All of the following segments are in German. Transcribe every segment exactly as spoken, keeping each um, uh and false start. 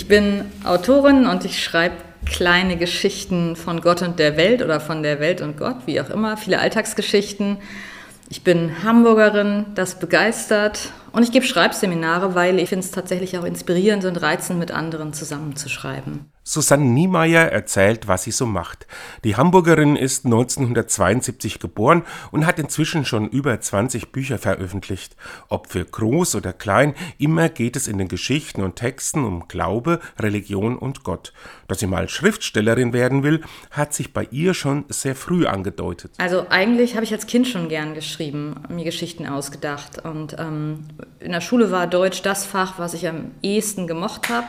Ich bin Autorin und ich schreibe kleine Geschichten von Gott und der Welt oder von der Welt und Gott, wie auch immer, viele Alltagsgeschichten. Ich bin Hamburgerin, das begeistert, und ich gebe Schreibseminare, weil ich finde es tatsächlich auch inspirierend und reizend, mit anderen zusammenzuschreiben. Susanne Niemeyer erzählt, was sie so macht. Die Hamburgerin ist neunzehnhundertzweiundsiebzig geboren und hat inzwischen schon über zwanzig Bücher veröffentlicht. Ob für groß oder klein, immer geht es in den Geschichten und Texten um Glaube, Religion und Gott. Dass sie mal Schriftstellerin werden will, hat sich bei ihr schon sehr früh angedeutet. Also eigentlich habe ich als Kind schon gern geschrieben, mir Geschichten ausgedacht. Und ähm, in der Schule war Deutsch das Fach, was ich am ehesten gemocht habe.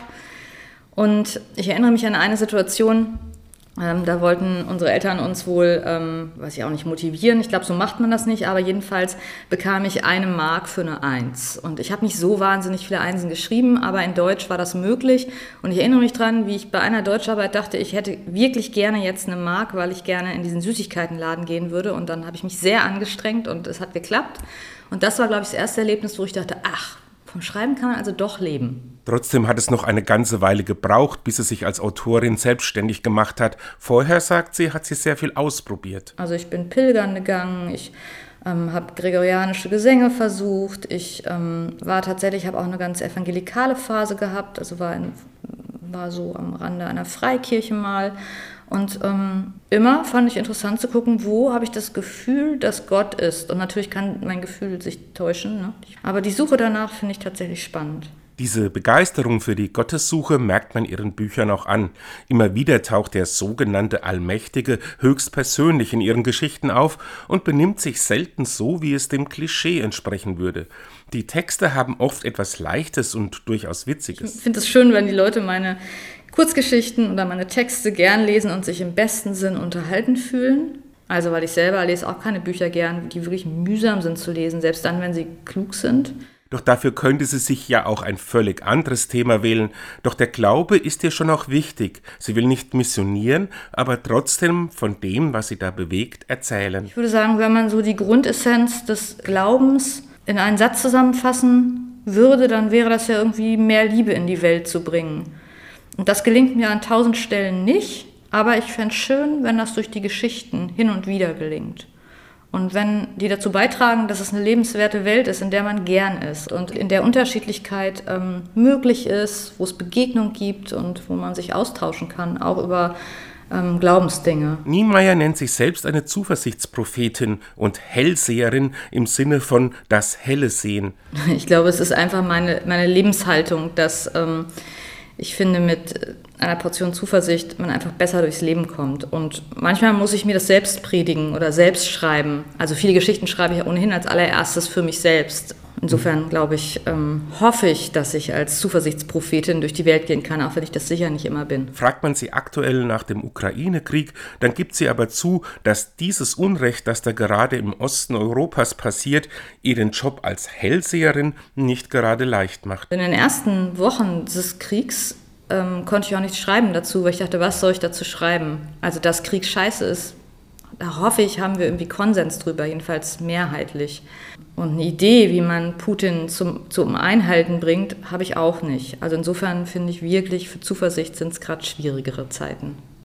Und ich erinnere mich an eine Situation, ähm, da wollten unsere Eltern uns wohl, ähm, weiß ich auch nicht, motivieren. Ich glaube, so macht man das nicht, aber jedenfalls bekam ich eine Mark für eine Eins. Und ich habe nicht so wahnsinnig viele Einsen geschrieben, aber in Deutsch war das möglich. Und ich erinnere mich dran, wie ich bei einer Deutscharbeit dachte, ich hätte wirklich gerne jetzt eine Mark, weil ich gerne in diesen Süßigkeitenladen gehen würde. Und dann habe ich mich sehr angestrengt und es hat geklappt. Und das war, glaube ich, das erste Erlebnis, wo ich dachte, ach, vom Schreiben kann man also doch leben. Trotzdem hat es noch eine ganze Weile gebraucht, bis sie sich als Autorin selbstständig gemacht hat. Vorher, sagt sie, hat sie sehr viel ausprobiert. Also ich bin pilgern gegangen, ich ähm, habe gregorianische Gesänge versucht, ich ähm, war tatsächlich, habe auch eine ganz evangelikale Phase gehabt, also war, in, war so am Rande einer Freikirche mal. Und ähm, immer fand ich interessant zu gucken, wo habe ich das Gefühl, dass Gott ist. Und natürlich kann mein Gefühl sich täuschen, ne? Aber die Suche danach finde ich tatsächlich spannend. Diese Begeisterung für die Gottessuche merkt man ihren Büchern auch an. Immer wieder taucht der sogenannte Allmächtige höchstpersönlich in ihren Geschichten auf und benimmt sich selten so, wie es dem Klischee entsprechen würde. Die Texte haben oft etwas Leichtes und durchaus Witziges. Ich finde es schön, wenn die Leute meine Kurzgeschichten oder meine Texte gern lesen und sich im besten Sinn unterhalten fühlen. Also weil ich selber lese auch keine Bücher gern, die wirklich mühsam sind zu lesen, selbst dann, wenn sie klug sind. Doch dafür könnte sie sich ja auch ein völlig anderes Thema wählen. Doch der Glaube ist ihr schon auch wichtig. Sie will nicht missionieren, aber trotzdem von dem, was sie da bewegt, erzählen. Ich würde sagen, wenn man so die Grundessenz des Glaubens in einen Satz zusammenfassen würde, dann wäre das ja irgendwie mehr Liebe in die Welt zu bringen. Und das gelingt mir an tausend Stellen nicht, aber ich fände es schön, wenn das durch die Geschichten hin und wieder gelingt. Und wenn die dazu beitragen, dass es eine lebenswerte Welt ist, in der man gern ist und in der Unterschiedlichkeit ähm, möglich ist, wo es Begegnung gibt und wo man sich austauschen kann, auch über ähm, Glaubensdinge. Niemeyer nennt sich selbst eine Zuversichtsprophetin und Hellseherin im Sinne von das helle Sehen. Ich glaube, es ist einfach meine, meine Lebenshaltung, dass ähm, ich finde, mit einer Portion Zuversicht man einfach besser durchs Leben kommt. Und manchmal muss ich mir das selbst predigen oder selbst schreiben. Also viele Geschichten schreibe ich ja ohnehin als allererstes für mich selbst. Insofern, glaube ich, ähm, hoffe ich, dass ich als Zuversichtsprophetin durch die Welt gehen kann, auch wenn ich das sicher nicht immer bin. Fragt man sie aktuell nach dem Ukraine-Krieg, dann gibt sie aber zu, dass dieses Unrecht, das da gerade im Osten Europas passiert, ihr den Job als Hellseherin nicht gerade leicht macht. In den ersten Wochen des Kriegs ähm, konnte ich auch nichts schreiben dazu, weil ich dachte, was soll ich dazu schreiben? Also, dass Krieg scheiße ist, da hoffe ich, haben wir irgendwie Konsens drüber, jedenfalls mehrheitlich. Und eine Idee, wie man Putin zum, zum Einhalten bringt, habe ich auch nicht. Also insofern finde ich wirklich, für Zuversicht sind es gerade schwierigere Zeiten.